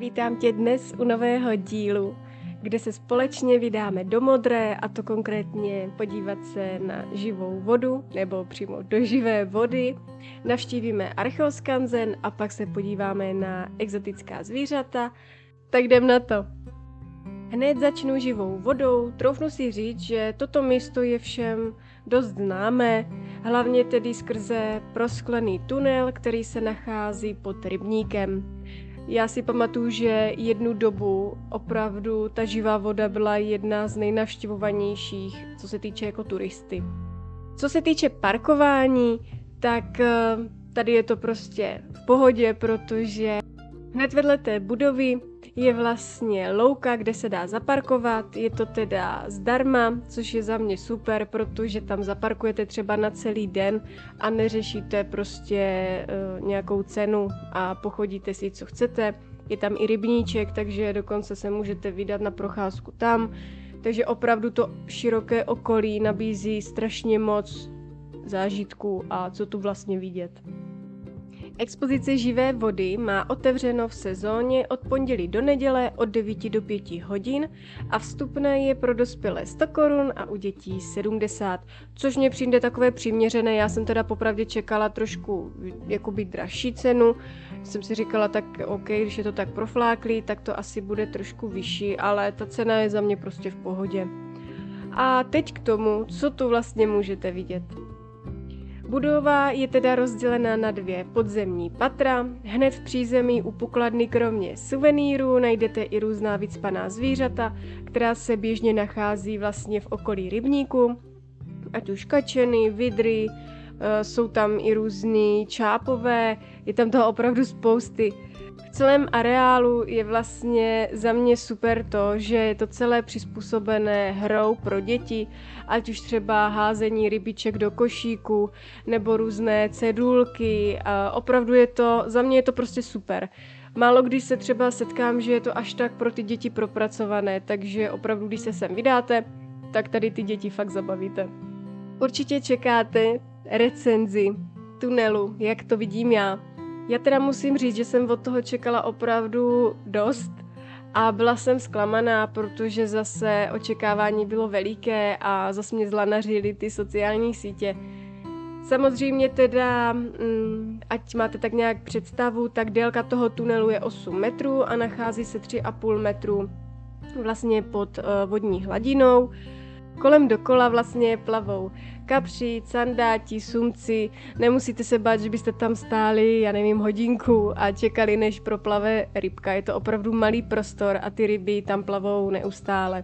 Vítám tě dnes u nového dílu, kde se společně vydáme do Modré, a to konkrétně podívat se na živou vodu, nebo přímo do živé vody. Navštívíme archeoskanzen a pak se podíváme na exotická zvířata. Tak jdem na to. Hned začnu živou vodou. Troufnu si říct, že toto místo je všem dost známé, hlavně tedy skrze prosklený tunel, který se nachází pod rybníkem. Já si pamatuju, že jednu dobu opravdu ta živá voda byla jedna z nejnavštěvovanějších, co se týče jako turisty. Co se týče parkování, tak tady je to prostě v pohodě, protože hned vedle té budovy je vlastně louka, kde se dá zaparkovat, je to teda zdarma, což je za mě super, protože tam zaparkujete třeba na celý den a neřešíte prostě nějakou cenu a pochodíte si, co chcete. Je tam i rybníček, takže dokonce se můžete vydat na procházku tam, takže opravdu to široké okolí nabízí strašně moc zážitků a co tu vlastně vidět. Expozice živé vody má otevřeno v sezóně od pondělí do neděle od 9 do 5 hodin a vstupné je pro dospělé 100 korun a u dětí 70, což mně přijde takové přiměřené. Já jsem teda popravdě čekala trošku jakoby dražší cenu. Jsem si říkala, tak OK, když je to tak profláklý, tak to asi bude trošku vyšší, ale ta cena je za mě prostě v pohodě. A teď k tomu, co tu vlastně můžete vidět. Budova je teda rozdělená na 2 podzemní patra. Hned v přízemí u pokladny kromě suvenýrů najdete i různá vycpaná zvířata, která se běžně nachází vlastně v okolí rybníku. Ať už kačeny, vidry, jsou tam i různý čápové, je tam toho opravdu spousty. V celém areálu je vlastně za mě super to, že je to celé přizpůsobené hrou pro děti, ať už třeba házení rybiček do košíku, nebo různé cedulky. A opravdu za mě je to prostě super. Málo když se třeba setkám, že je to až tak pro ty děti propracované, takže opravdu, když se sem vydáte, tak tady ty děti fakt zabavíte. Určitě čekáte recenzi tunelu, jak to vidím já. Já teda musím říct, že jsem od toho čekala opravdu dost a byla jsem zklamaná, protože zase očekávání bylo veliké a zase mě zlanařily ty sociální sítě. Samozřejmě teda, ať máte tak nějak představu, tak délka toho tunelu je 8 metrů a nachází se 3,5 metru vlastně pod vodní hladinou. Kolem dokola vlastně plavou kapři, sandáti, sumci, nemusíte se bát, že byste tam stáli, já nevím, hodinku a čekali, než proplave rybka. Je to opravdu malý prostor a ty ryby tam plavou neustále.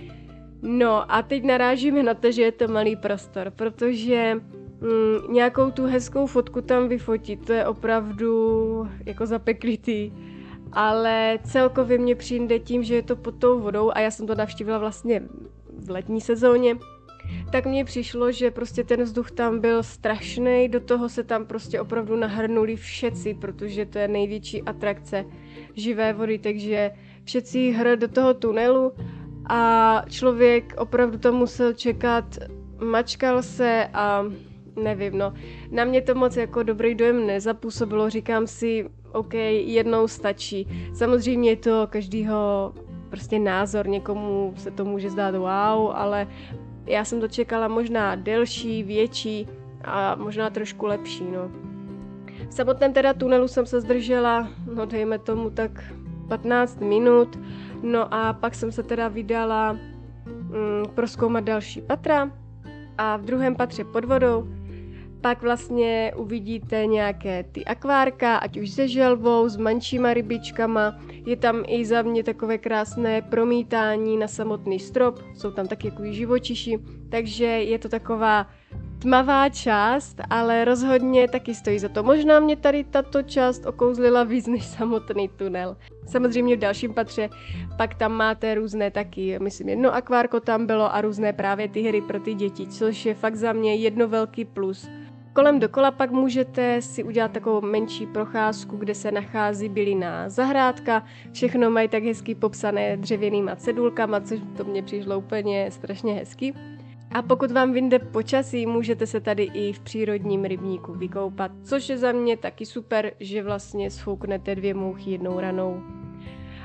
No a teď narážíme na to, že je to malý prostor, protože nějakou tu hezkou fotku tam vyfotit, to je opravdu jako zapeklitý. Ale celkově mě přijde tím, že je to pod tou vodou a já jsem to navštívila vlastně v letní sezóně, tak mně přišlo, že prostě ten vzduch tam byl strašný, do toho se tam prostě opravdu nahrnuli všetci, protože to je největší atrakce živé vody, takže všetci hrali do toho tunelu a člověk opravdu tam musel čekat, mačkal se a nevím, no. Na mě to moc jako dobrý dojem nezapůsobilo, říkám si, OK, jednou stačí. Samozřejmě je to každýho prostě názor, někomu se to může zdát wow, ale já jsem to čekala možná delší, větší a možná trošku lepší, no. V samotném teda tunelu jsem se zdržela, no dejme tomu tak 15 minut, no a pak jsem se teda vydala prozkoumat další patra a v druhém patře pod vodou pak vlastně uvidíte nějaké ty akvárka, ať už se želvou, s menšíma rybičkama. Je tam i za mě takové krásné promítání na samotný strop, jsou tam taky jako živočiši, takže je to taková tmavá část, ale rozhodně taky stojí za to. Možná mě tady tato část okouzlila víc než samotný tunel. Samozřejmě v dalším patře pak tam máte různé taky, myslím jedno akvárko tam bylo a různé právě ty hry pro ty děti, což je fakt za mě jedno velký plus. Kolem dokola pak můžete si udělat takovou menší procházku, kde se nachází bylina zahrádka. Všechno mají tak hezky popsané dřevěnýma cedulkama, což to mně přišlo úplně strašně hezky. A pokud vám vyjde počasí, můžete se tady i v přírodním rybníku vykoupat, což je za mě taky super, že vlastně sfouknete 2 mouchy jednou ranou.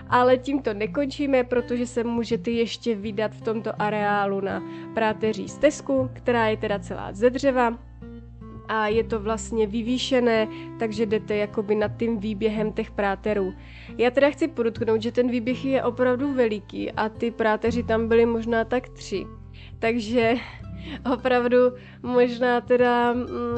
Ale tím to nekončíme, protože se můžete ještě vydat v tomto areálu na práteří stezku, která je teda celá ze dřeva. A je to vlastně vyvýšené, takže jdete jakoby nad tím výběhem těch práterů. Já teda chci podotknout, že ten výběh je opravdu veliký a ty práteři tam byly možná tak 3. Takže opravdu možná teda,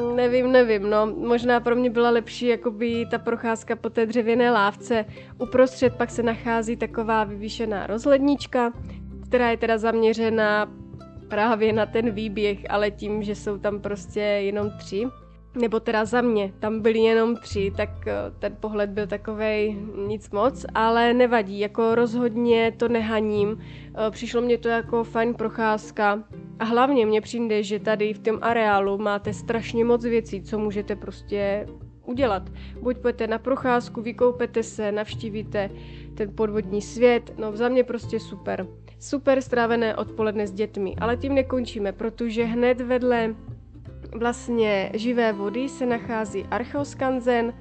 nevím, možná pro mě byla lepší jakoby ta procházka po té dřevěné lávce. Uprostřed pak se nachází taková vyvýšená rozhlednička, která je teda zaměřená právě na ten výběh, ale tím, že jsou tam prostě jenom 3, nebo teda za mě, tam byly jenom 3, tak ten pohled byl takovej nic moc, ale nevadí, jako rozhodně to nehaním, přišlo mě to jako fajn procházka a hlavně mně přijde, že tady v tom areálu máte strašně moc věcí, co můžete prostě udělat. Buď půjdete na procházku, vykoupete se, navštívíte ten podvodní svět, no za mě prostě super. Super strávené odpoledne s dětmi, ale tím nekončíme, protože hned vedle vlastně živé vody se nachází Archeoskanzen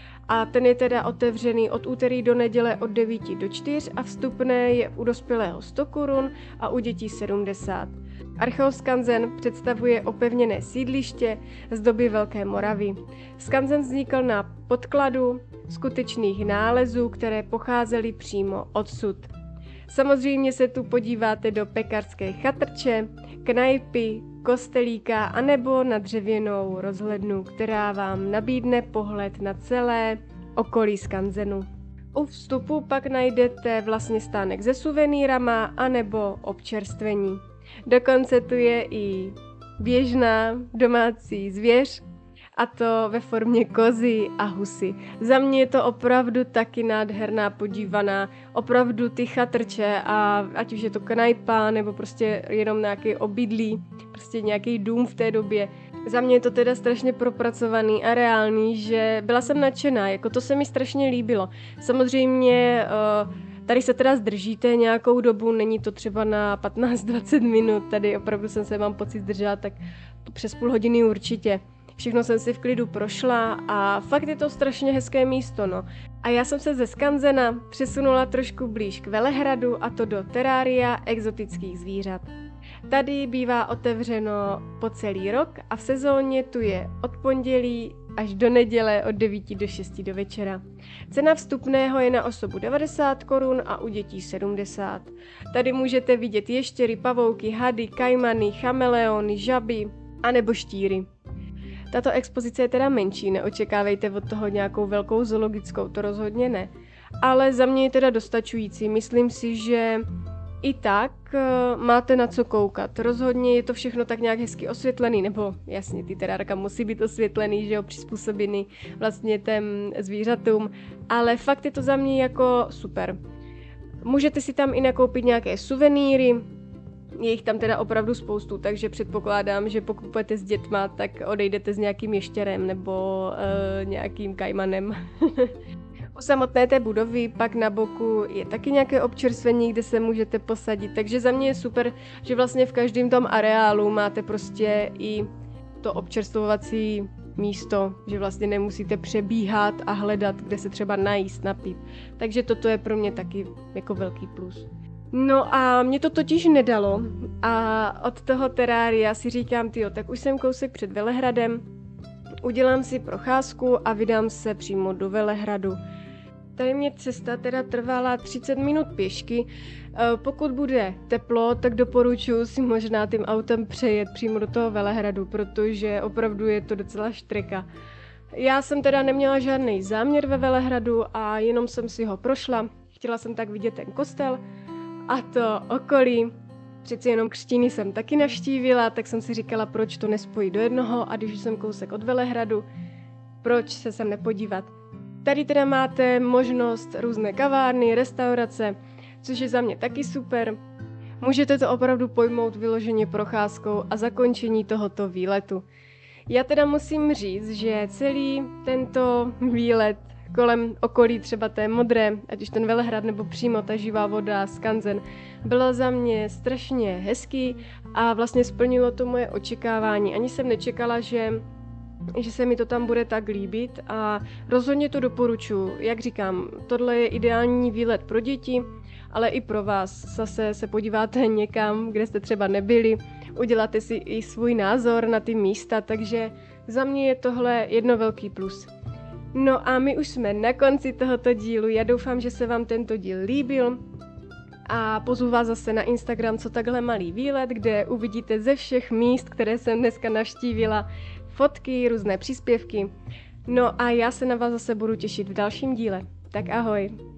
a ten je teda otevřený od úterý do neděle od 9 do 4 a vstupné je u dospělého 100 korun a u dětí 70. Archeoskanzen představuje opevněné sídliště z doby Velké Moravy. Skanzen vznikl na podkladu skutečných nálezů, které pocházely přímo odsud. Samozřejmě se tu podíváte do pekařské chatrče, knajpy, kostelíka anebo na dřevěnou rozhlednu, která vám nabídne pohled na celé okolí skanzenu. U vstupu pak najdete vlastně stánek se suvenýrama anebo občerstvení. Dokonce tu je i běžná domácí zvěř, a to ve formě kozy a husy. Za mě je to opravdu taky nádherná podívaná, opravdu ty chatrče a ať už je to knajpa nebo prostě jenom nějaký obydlí, prostě nějaký dům v té době. Za mě je to teda strašně propracovaný a reálný, že byla jsem nadšená, jako to se mi strašně líbilo. Samozřejmě tady se teda zdržíte nějakou dobu, není to třeba na 15-20 minut, tady opravdu jsem se mám pocit zdržela tak přes půl hodiny určitě. Všechno jsem si v klidu prošla a fakt je to strašně hezké místo, no. A já jsem se ze Skanzena přesunula trošku blíž k Velehradu a to do terária exotických zvířat. Tady bývá otevřeno po celý rok a v sezóně tu je od pondělí až do neděle od 9 do 6 do večera. Cena vstupného je na osobu 90 korun a u dětí 70. Tady můžete vidět ještěry, pavouky, hady, kajmany, chameleony, žaby a nebo štíry. Tato expozice je teda menší, neočekávejte od toho nějakou velkou zoologickou, to rozhodně ne. Ale za mě je teda dostačující, myslím si, že i tak máte na co koukat. Rozhodně je to všechno tak nějak hezky osvětlený, nebo jasně, ty terárka musí být osvětlený, že jo, přizpůsobený vlastně těm zvířatům, ale fakt je to za mě jako super. Můžete si tam i nakoupit nějaké suvenýry, je jich tam teda opravdu spoustu, takže předpokládám, že pokud půjdete s dětma, tak odejdete s nějakým ještěrem nebo nějakým kajmanem. U samotné té budovy pak na boku je taky nějaké občerstvení, kde se můžete posadit, takže za mě je super, že vlastně v každém tom areálu máte prostě i to občerstvovací místo, že vlastně nemusíte přebíhat a hledat, kde se třeba najíst, napít. Takže toto je pro mě taky jako velký plus. No a mě to totiž nedalo a od toho terária si říkám, tyjo, tak už jsem kousek před Velehradem, udělám si procházku a vydám se přímo do Velehradu. Tady mě cesta teda trvala 30 minut pěšky, pokud bude teplo, tak doporučuji si možná tím autem přejet přímo do toho Velehradu, protože opravdu je to docela štreka. Já jsem teda neměla žádný záměr ve Velehradu a jenom jsem si ho prošla, chtěla jsem tak vidět ten kostel a to okolí. Přeci jenom křtiny jsem taky navštívila, tak jsem si říkala, proč to nespojit do jednoho a když jsem kousek od Velehradu, proč se sem nepodívat. Tady teda máte možnost různé kavárny, restaurace, což je za mě taky super. Můžete to opravdu pojmout vyloženě procházkou a zakončení tohoto výletu. Já teda musím říct, že celý tento výlet kolem okolí třeba té Modré, ať už ten Velehrad nebo přímo ta živá voda, Skanzen, bylo za mě strašně hezký a vlastně splnilo to moje očekávání. Ani jsem nečekala, že že se mi to tam bude tak líbit a rozhodně to doporučuji. Jak říkám, tohle je ideální výlet pro děti, ale i pro vás. Zase se podíváte někam, kde jste třeba nebyli, uděláte si i svůj názor na ty místa, takže za mě je tohle jedno velký plus. No a my už jsme na konci tohoto dílu, já doufám, že se vám tento díl líbil a pozvu vás zase na Instagram Co takhle malý výlet, kde uvidíte ze všech míst, které jsem dneska navštívila, fotky, různé příspěvky. No a já se na vás zase budu těšit v dalším díle. Tak ahoj!